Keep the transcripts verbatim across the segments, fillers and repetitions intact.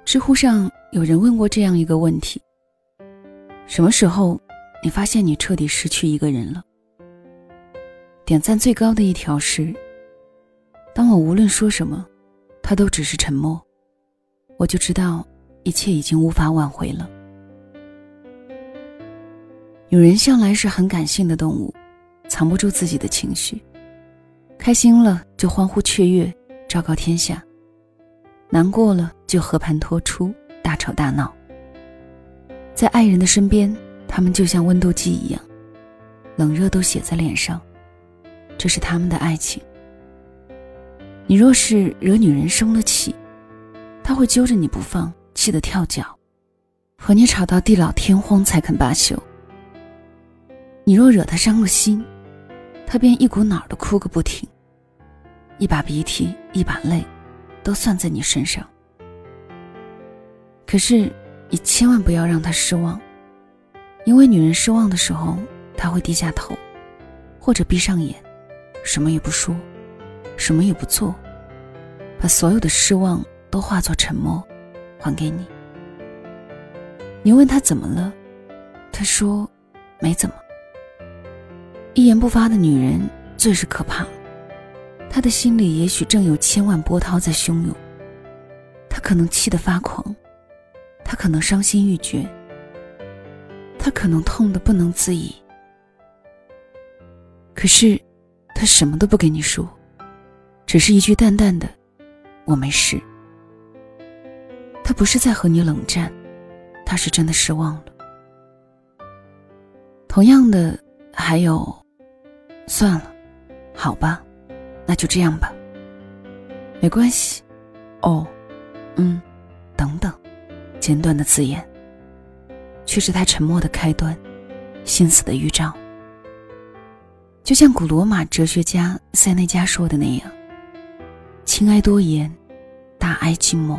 知乎上有人问过这样一个问题：什么时候你发现你彻底失去一个人了？点赞最高的一条是：当我无论说什么，他都只是沉默，我就知道一切已经无法挽回了。女人向来是很感性的动物，藏不住自己的情绪，开心了就欢呼雀跃，昭告天下，难过了就和盘托出，大吵大闹。在爱人的身边，他们就像温度计一样，冷热都写在脸上，这是他们的爱情。你若是惹女人生了气，她会揪着你不放，气得跳脚，和你吵到地老天荒才肯罢休。你若惹她伤了心，她便一股脑地哭个不停，一把鼻涕一把泪都算在你身上。可是你千万不要让她失望，因为女人失望的时候，她会低下头，或者闭上眼，什么也不说，什么也不做，把所有的失望都化作沉默还给你。你问她怎么了，她说没怎么。一言不发的女人最是可怕，她的心里也许正有千万波涛在汹涌，她可能气得发狂，她可能伤心欲绝，她可能痛得不能自已，可是她什么都不跟你说，只是一句淡淡的我没事。她不是在和你冷战，她是真的失望了。同样的还有，算了，好吧，那就这样吧，没关系，哦，嗯，等等，简短的字眼，却是他沉默的开端，心死的预兆。就像古罗马哲学家塞内加说的那样，轻哀多言，大哀静默。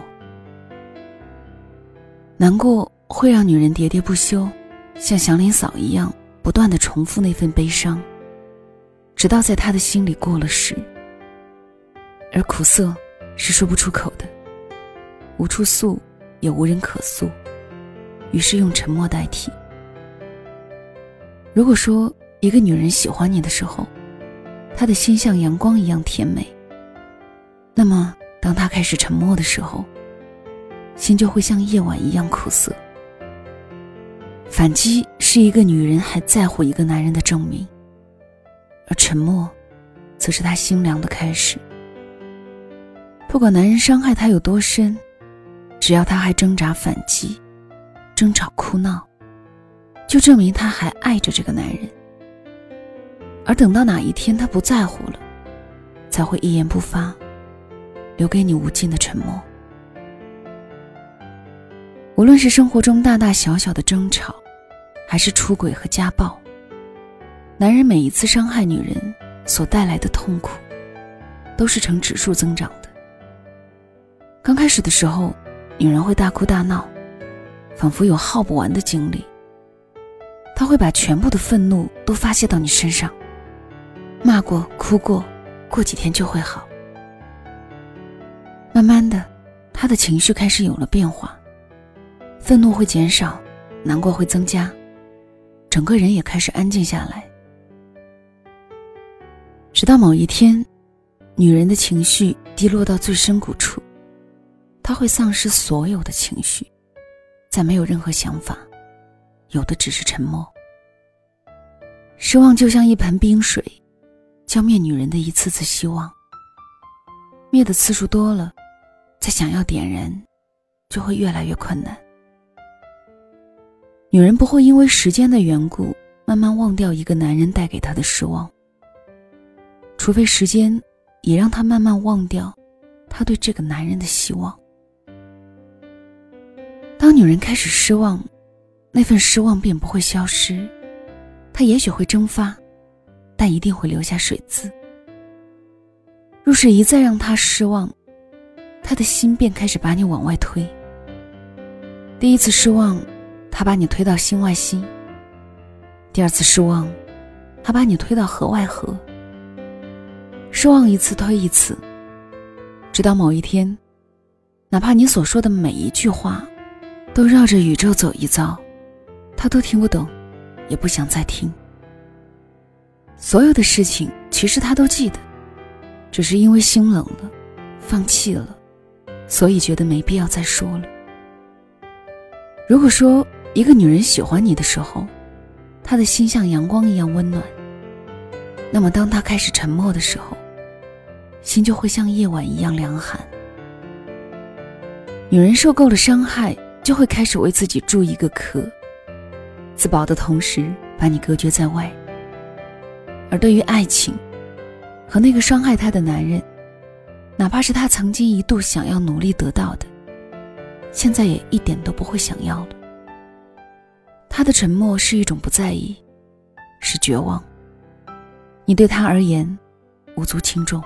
难过会让女人喋喋不休，像祥林嫂一样不断地重复那份悲伤，直到在她的心里过了时。而苦涩是说不出口的，无处诉也无人可诉，于是用沉默代替。如果说一个女人喜欢你的时候，她的心像阳光一样甜美，那么当她开始沉默的时候，心就会像夜晚一样苦涩。反击是一个女人还在乎一个男人的证明，而沉默则是她心凉的开始。不管男人伤害她有多深，只要她还挣扎反击，争吵哭闹，就证明她还爱着这个男人。而等到哪一天她不在乎了，才会一言不发，留给你无尽的沉默。无论是生活中大大小小的争吵，还是出轨和家暴，男人每一次伤害女人所带来的痛苦，都是呈指数增长的。刚开始的时候，女人会大哭大闹，仿佛有耗不完的精力，她会把全部的愤怒都发泄到你身上，骂过哭过，过几天就会好。慢慢的，她的情绪开始有了变化，愤怒会减少，难过会增加，整个人也开始安静下来。直到某一天，女人的情绪低落到最深谷处，她会丧失所有的情绪，再没有任何想法，有的只是沉默。失望就像一盆冰水，浇灭女人的一次次希望，灭的次数多了，再想要点燃就会越来越困难。女人不会因为时间的缘故慢慢忘掉一个男人带给她的失望，除非时间也让她慢慢忘掉她对这个男人的希望。当女人开始失望，那份失望便不会消失，它也许会蒸发，但一定会留下水渍。若是一再让她失望，她的心便开始把你往外推。第一次失望，他把你推到心外心；第二次失望，他把你推到河外河。失望一次推一次，直到某一天， 哪怕你所说的每一句话都绕着宇宙走一遭，他都听不懂，也不想再听。所有的事情其实他都记得，只是因为心冷了，放弃了，所以觉得没必要再说了。如果说一个女人喜欢你的时候，她的心像阳光一样温暖，那么当她开始沉默的时候，心就会像夜晚一样凉寒。女人受够了伤害，就会开始为自己筑一个壳，自保的同时把你隔绝在外。而对于爱情和那个伤害她的男人，哪怕是她曾经一度想要努力得到的，现在也一点都不会想要了。她的沉默是一种不在意，是绝望，你对她而言无足轻重。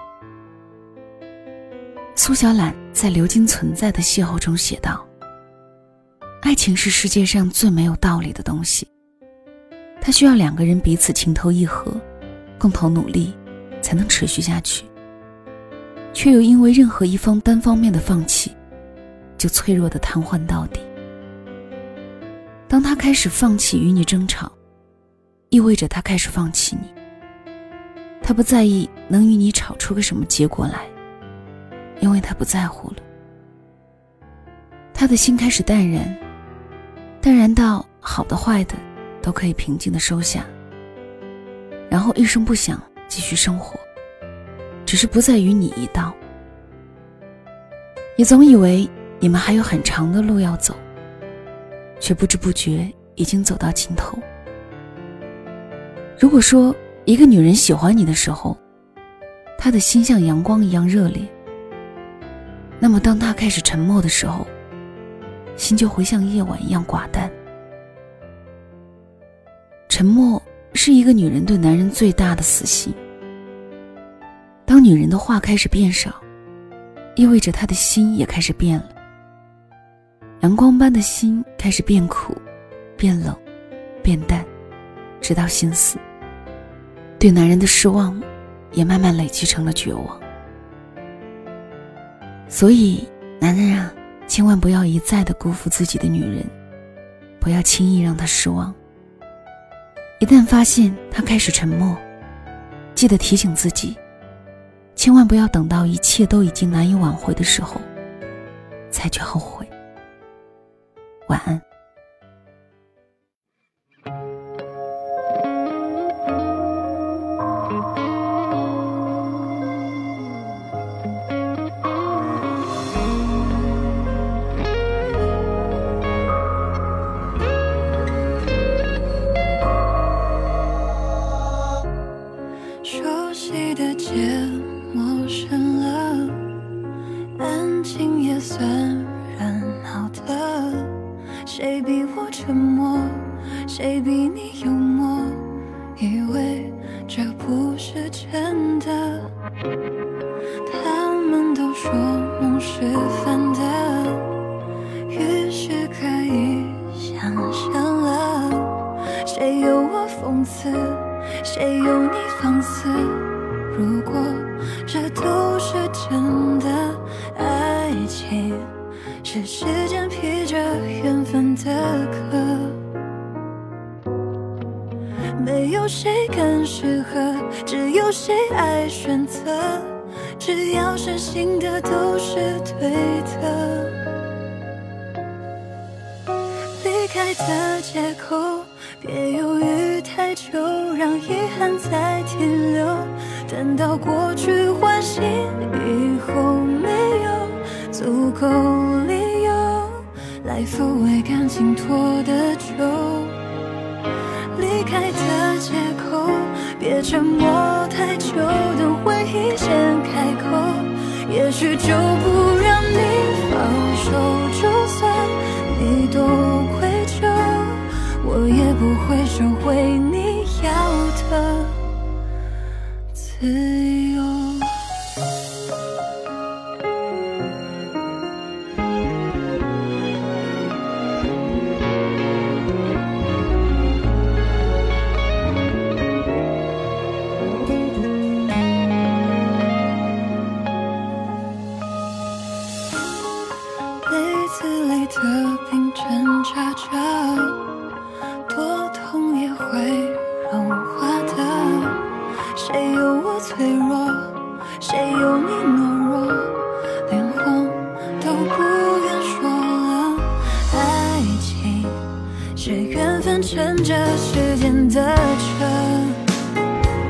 苏小懒在《流金存在的邂逅》中写道，爱情是世界上最没有道理的东西，它需要两个人彼此情投意合，共同努力才能持续下去，却又因为任何一方单方面的放弃，就脆弱的瘫痪到底。当他开始放弃与你争吵，意味着他开始放弃你。他不在意能与你吵出个什么结果来，因为他不在乎了。他的心开始淡然，淡然到好的坏的都可以平静地收下，然后一声不响继续生活，只是不再与你一道。你总以为你们还有很长的路要走，却不知不觉已经走到尽头。如果说一个女人喜欢你的时候，她的心像阳光一样热烈，那么当她开始沉默的时候，心就会像夜晚一样寡淡。沉默是一个女人对男人最大的死刑。当女人的话开始变少，意味着她的心也开始变了。阳光般的心开始变苦，变冷，变淡，直到心死。对男人的失望也慢慢累积成了绝望。所以男人啊，千万不要一再的辜负自己的女人，不要轻易让她失望。一旦发现她开始沉默，记得提醒自己，千万不要等到一切都已经难以挽回的时候才去后悔。晚安。 熟悉的街，陌生了，安静也算热闹的。谁比我沉默，谁比你幽默，以为这不是真的。他们都说梦是反的，于是可以想象了。谁有我讽刺，谁有你放肆，如果这都是真的，爱情是时间披着缘分的壳，没有谁更适合，只有谁爱选择，只要是新的都是对的。离开的借口，别犹豫太久，让遗憾再停留，等到过去唤醒以后，没有足够理由来抚慰感情脱的臼。离开的借口，别沉默太久，等回忆先开口，也许就不让你放手，就算你多愧疚，我也不会收回你要的自由。 丝泪的冰针扎着，多痛也会融化的。谁有我脆弱，谁有你懦弱，连谎都不愿说了。爱情是缘分乘着时间的车，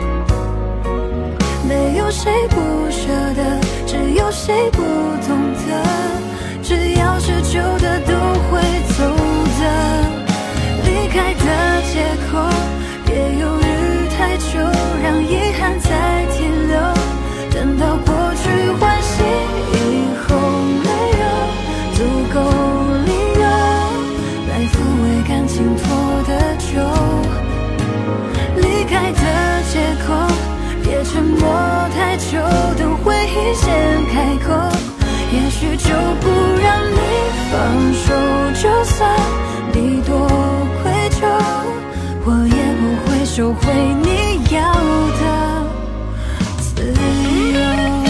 没有谁不舍得，只有谁不懂得。只要是旧的都会走的，离开的借口，别犹豫太久，让遗憾再停留。等到过去欢喜以后，没有足够理由来抚慰感情破的旧。离开的借口，别沉默太久，等回忆先开口。也许就不让你放手，就算你多愧疚，我也不会收回你要的自由。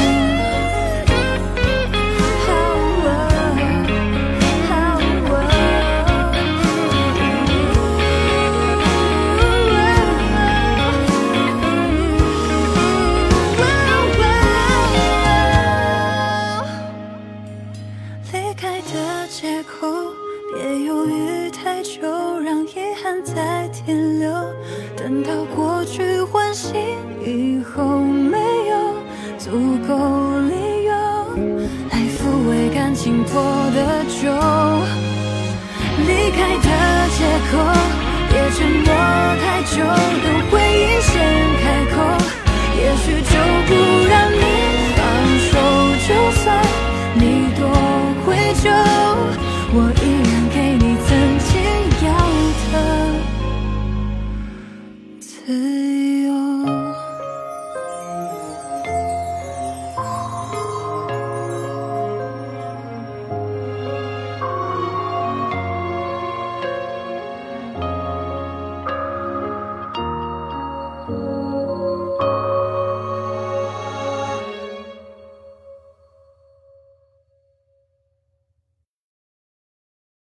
离开的借口，别犹豫太久，让遗憾再停留。等到过去欢喜以后，没有足够理由来抚慰感情破的旧。离开的借口，别沉默太久，等回忆先开口。也许就不让你放手，就算你多愧疚，我依然给你曾经要的自由。